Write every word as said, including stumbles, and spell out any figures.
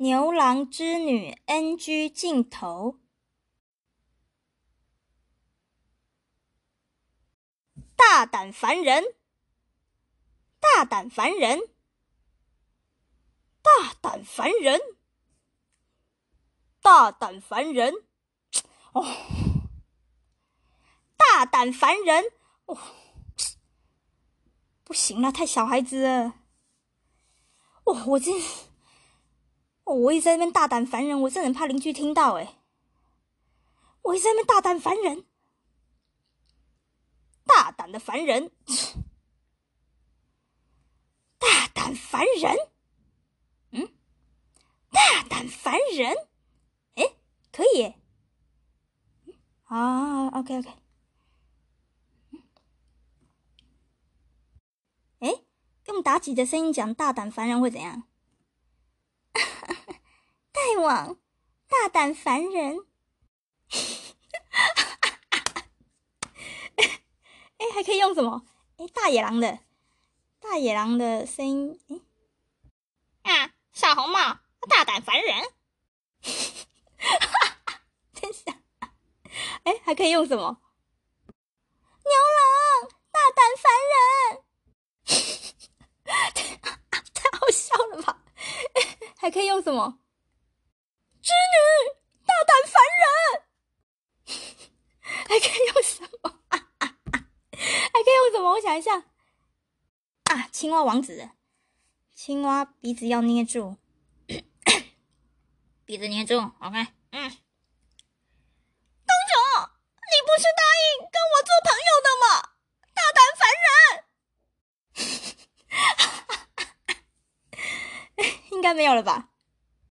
牛郎织女 N G 镜头。大胆凡人，大胆凡人，大胆凡人，大胆凡人，哦，大胆凡人，哦，不行了，太小孩子了。哦，我真，哦，我一直在那边大胆凡人，我真的很怕邻居听到哎。我一直在那边大胆凡人，大胆的凡人，大胆凡人，嗯，大胆凡人，哎，可以耶。啊 ，OK OK。哎，用妲己的声音讲大胆凡人会怎样？大王，大胆凡人。哎，还可以用什么？哎，大野狼的，大野狼的声音。哎，啊，小红帽，大胆凡人。等一下，哎，还可以用什么？牛郎，大胆凡人。太好笑了吧？还可以用什么？织女，大胆凡人。还可以用什么？还可以用什么？我想一下。啊，青蛙王子，青蛙鼻子要捏住，鼻子捏住 ，OK， 嗯。公主，你不是答应跟我做朋友的吗？大胆凡人。应该没有了吧？